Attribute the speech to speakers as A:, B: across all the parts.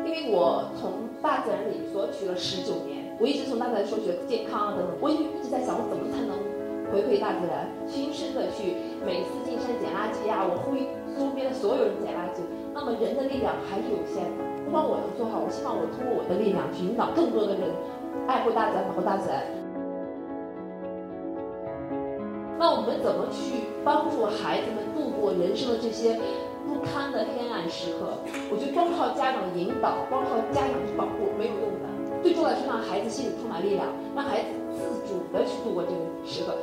A: 因为我从大自然里索取了19年，我一直从大自然索取健康啊等等，我一直在想我怎么才能回馈大自然，亲身的去每次进山捡垃圾啊，我呼吁周边的所有人捡垃圾。那么人的力量还是有限的，不光我能做好，我希望我通过我的力量去引导更多的人爱护大自然，保护大自然。那我们怎么去帮助孩子们度过人生的这些不堪的黑暗时刻？我觉得光靠家长的引导，光靠家长去保护没有用的，最重要的是让孩子心里充满力量，让孩子自主的去度过这个时刻。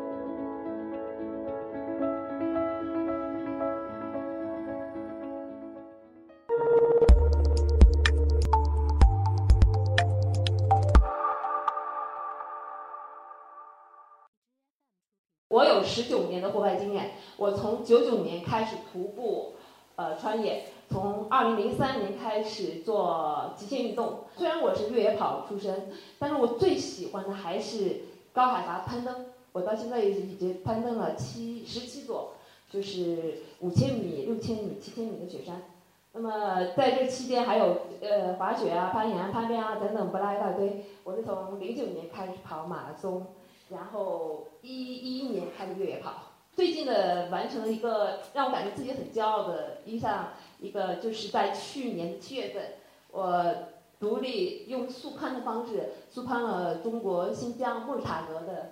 A: 我有19年的户外经验，我从99年开始徒步，穿越，从2003年开始做极限运动。虽然我是越野跑出身，但是我最喜欢的还是高海拔攀登。我到现在已经攀登了17座，就是5000米、6000米、7000米的雪山。那么在这期间还有滑雪啊、攀岩、攀冰啊等等不拉一大堆。我是从09年开始跑马拉松。然后11年开始越野跑，最近的完成了一个让我感觉自己很骄傲的一个就是在去年的7月份，我独立用速攀的方式速攀了中国新疆木尔塔格的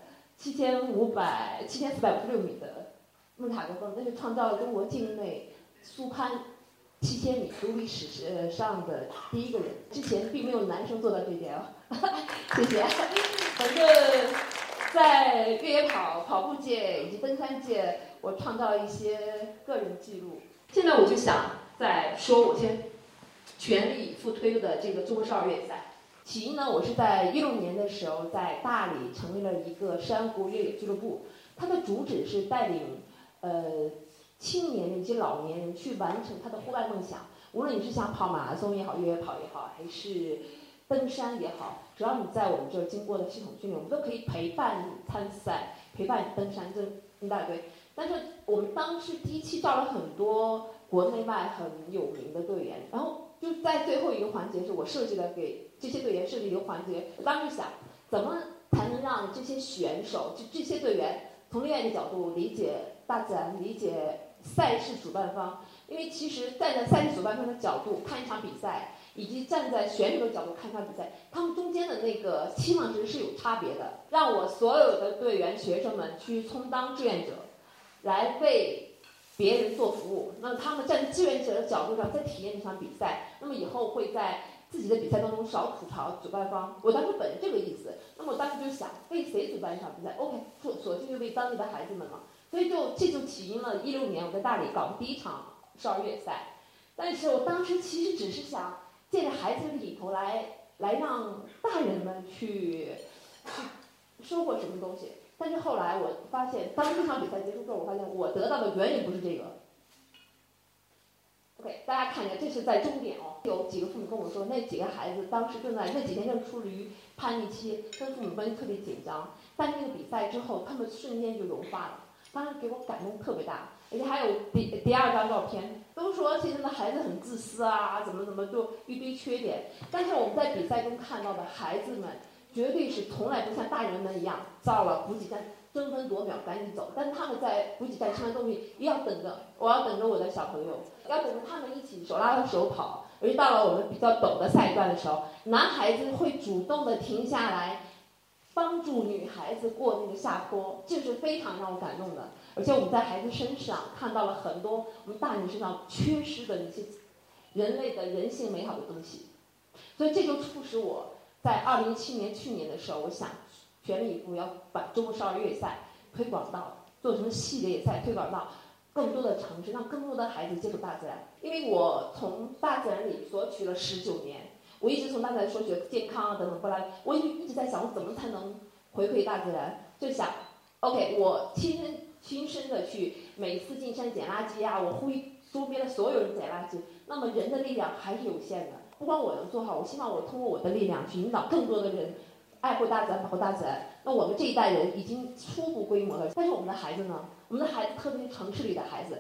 A: 7456米的木尔塔格峰，那是创造了中国境内速攀7000米独立史上的第一个人，之前并没有男生做到这一点哦，谢谢。反正在越野跑步界以及登山界，我创造了一些个人记录。现在我就想再说我先全力以赴推的这个中国少儿越野赛。起因呢，我是在16年的时候在大理成立了一个珊瑚越野俱乐部，它的主旨是带领青年人以及老年人去完成他的户外梦想。无论你是想跑马拉松也好，越野跑也好，还是登山也好，只要你在我们这儿经过了系统训练，我们都可以陪伴你参赛，陪伴你登山，这一大堆。但是我们当时第一期招了很多国内外很有名的队员，然后就在最后一个环节是我设计了给这些队员设计一个环节。我当时想，怎么才能让这些选手，就这些队员从另外一个角度理解大自然，理解赛事主办方。因为其实站在赛事主办方的角度看一场比赛，以及站在选手的角度看一场比赛，他们中间的那个期望值是有差别的。让我所有的队员学生们去充当志愿者，来为别人做服务。那么他们站在志愿者的角度上再体验这场比赛，那么以后会在自己的比赛当中少吐槽主办方。我当时本着这个意思，那么我当时就想为谁主办一场比赛 ？OK， 索性就为当地的孩子们嘛。所以这就起因了16年我在大理搞的第一场少儿越野赛。但是我当时其实只是想借着孩子的里头来让大人们去收获什么东西。但是后来我发现，当这场比赛结束之后，我发现我得到的远远不是这个。OK， 大家看一下，这是在终点哦。有几个父母跟我说，那几个孩子当时正在那几天正处于叛逆期，跟父母关系特别紧张。但是那个比赛之后，他们瞬间就融化了，当时给我感动特别大。而且还有第二张照片，都说现在的孩子很自私啊，怎么就一堆缺点。但是我们在比赛中看到的孩子们，绝对是从来不像大人们一样到了补给站争分夺秒赶紧走，但他们在补给站吃完东西也要等着，我要等着我的小朋友，要等着他们一起手拉着手跑。而且到了我们比较陡的赛段的时候，男孩子会主动的停下来帮助女孩子过那个下坡，这是非常让我感动的。而且我们在孩子身上看到了很多我们大人身上缺失的一些人类的人性美好的东西。所以这就促使我在2017年去年的时候，我想全力以赴要把中国少儿越野赛推广到做成系列赛，推广到更多的城市，让更多的孩子接触大自然。因为我从大自然里索取了19年，我一直从大自然索取健康啊等等过来，我一直在想我怎么才能回馈大自然，就想 OK， 我亲身的去每次进山捡垃圾啊，我呼吁周边的所有人捡垃圾。那么人的力量还是有限的，不光我能做好，我希望我通过我的力量去引导更多的人爱护大自然，保护大自然。那我们这一代人已经初步规模了，但是我们的孩子呢？我们的孩子，特别是城市里的孩子，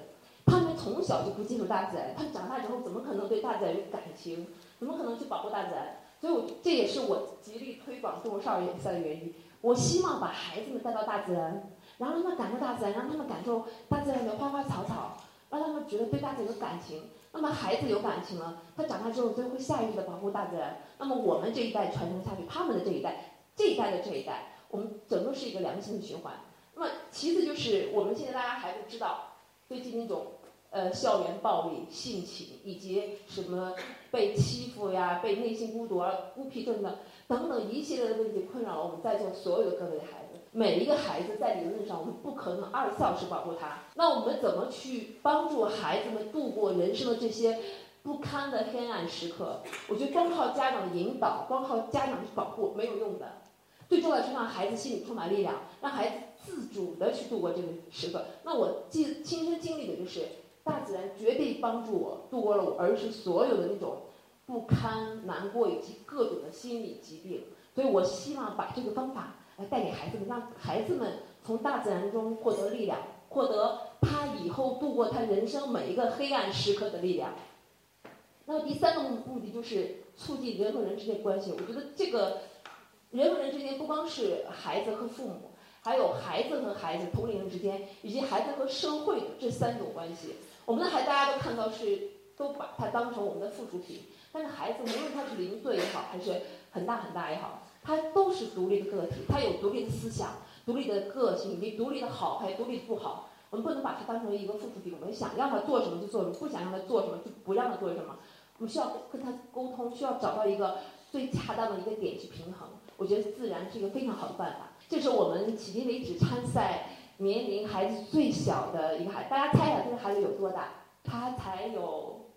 A: 他们从小就不接触大自然，他们长大之后怎么可能对大自然有感情？怎么可能去保护大自然？所以这也是我极力推广动物少儿比赛的原因。我希望把孩子们带到大自然，然后让他们感受大自然，让他们感受大自然的花花草草，让他们觉得对大自然有感情。那么孩子有感情了，他长大之后就会下意识的保护大自然。那么我们这一代传承下去，他们的这一代，这一代的这一代，我们整个是一个良性的循环。那么其次就是我们现在大家还不知道，最近那种校园暴力、性侵以及什么被欺负呀、被内心孤独啊、孤僻症的等等一系列的问题困扰了我们在座所有的各位孩子。每一个孩子在理论上我们不可能24小时保护他，那我们怎么去帮助孩子们度过人生的这些不堪的黑暗时刻？我觉得光靠家长的引导，光靠家长的保护没有用的。最重要的是让孩子心里充满力量，让孩子自主的去度过这个时刻。那我亲身经历的就是，大自然绝对帮助我度过了我儿时所有的那种不堪、难过以及各种的心理疾病。所以我希望把这个方法来带给孩子们，让孩子们从大自然中获得力量，获得他以后度过他人生每一个黑暗时刻的力量。那么第三个目的就是促进人和人之间关系。我觉得这个人和人之间不光是孩子和父母，还有孩子和孩子、同龄人之间，以及孩子和社会的这3种关系。我们的孩子大家都看到都把它当成我们的附属品，但是孩子无论他是0岁也好，还是很大也好，他都是独立的个体，他有独立的思想、独立的个性，以及独立的好还有独立的不好。我们不能把他当成一个附属品，我们想让他做什么就做什么，不想让他做什么就不让他做什么。我们需要跟他沟通，需要找到一个最恰当的一个点去平衡。我觉得自然是一个非常好的办法。这是我们迄今为止参赛年龄孩子最小的一个孩子，大家猜一下这个孩子有多大？他才有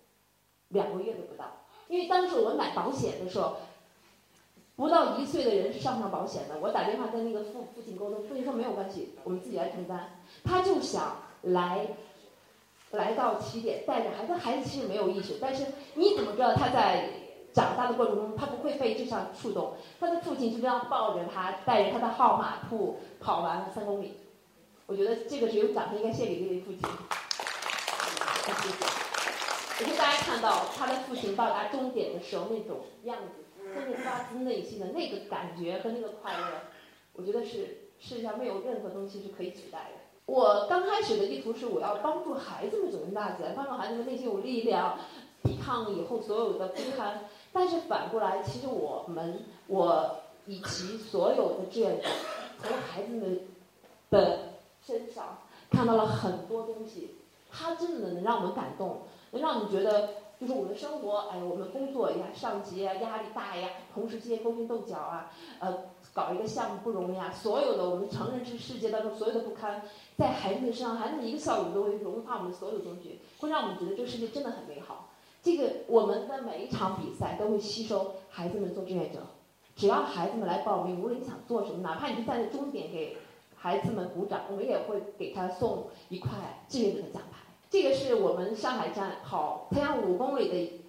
A: 2个月都不到。因为当时我们买保险的时候，不到1岁的人是上不上保险的。我打电话跟那个父亲沟通，父亲说没有关系，我们自己来承担。他就想来到起点带着孩子，孩子其实没有意识，但是你怎么知道他在长大的过程中他不会被这项触动？他的父亲就这样抱着他，带着他的号码兔跑完了3公里。我觉得这个是有掌声应该献给这位父亲。我觉得大家看到他的父亲到达终点的时候那种样子，真是发自内心的那个感觉和那个快乐，我觉得是世界上没有任何东西是可以取代的。我刚开始的意图是我要帮助孩子们走进大自然，帮助孩子们内心有力量，抵抗以后所有的不堪。但是反过来，其实我以及所有的志愿者，从孩子们的身上看到了很多东西，它真的能让我们感动，能让你觉得就是我们生活，我们工作呀，上级呀，压力大呀，同事之间勾心斗角啊，搞一个项目不容易啊，所有的我们成人之世界当中所有的不堪，在孩子们身上，孩子们一个笑容都会融化我们所有的东西，会让我们觉得这个世界真的很美好。这个我们的每一场比赛都会吸收孩子们做志愿者，只要孩子们来报名，无论你想做什么，哪怕你就站在终点给孩子们鼓掌，我们也会给他送一块志愿者的奖牌。这个是我们上海站跑太阳5公里的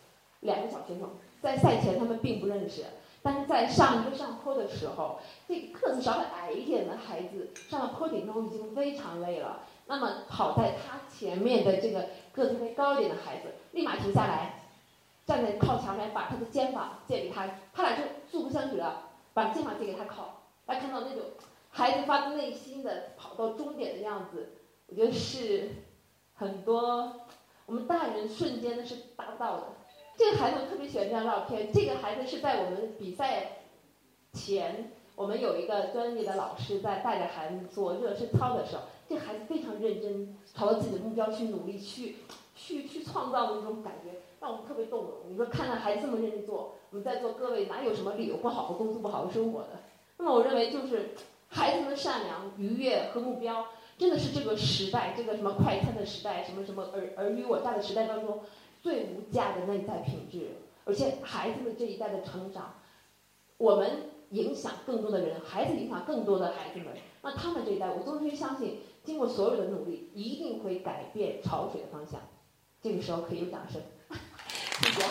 A: 2个小选手，在赛前他们并不认识，但是在上坡的时候，这个个子稍微矮一点的孩子上了坡顶之后已经非常累了，那么跑在他前面的这个个子会高一点的孩子立马停下来，站在靠墙边，把他的肩膀借给他，他俩就互不相识了，把肩膀借给他靠。大家看到那种孩子发自内心的跑到终点的样子，我觉得是很多我们大人瞬间的是达不到的。这个孩子我特别喜欢这张照片，这个孩子是在我们比赛前，我们有一个专业的老师在带着孩子做热身操的时候，这个孩子非常认真，朝着自己的目标去努力，去创造的那种感觉，让我们特别动容。你说看到孩子这么认真做，我们在座各位哪有什么理由不好好工作、不好好生活的？那么我认为就是孩子们的善良、愉悦和目标，真的是这个时代，这个什么快餐的时代，什么尔虞我诈的时代当中最无价的内在品质。而且孩子们这一代的成长，我们影响更多的人，孩子影响更多的孩子们，那他们这一代，我终于相信，经过所有的努力，一定会改变潮水的方向。这个时候可以有掌声，谢谢。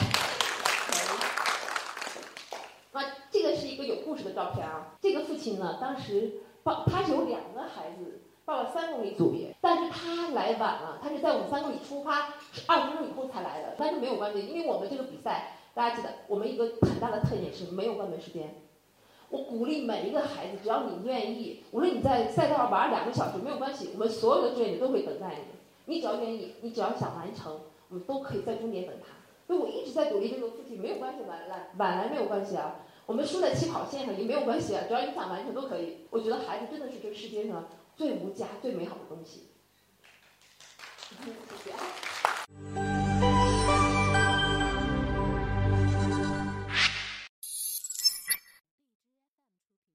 A: 那这个是一个有故事的照片啊。这个父亲呢，当时他是有2个孩子， 报了3公里组别，但是他来晚了，他是在我们3公里出发20分钟以后才来的，但是没有关系，因为我们这个比赛，大家记得，我们一个很大的特点是没有关门时间。我鼓励每一个孩子，只要你愿意，无论你在赛道上玩2个小时没有关系，我们所有的志愿者都会等待你。你只要愿意，你只要想完成，我们都可以在终点等他。所以我一直在鼓励这个父亲，没有关系，晚来没有关系啊。我们输在起跑线上也没有关系啊，只要你想完成都可以。我觉得孩子真的是这个世界上最无价、最美好的东西。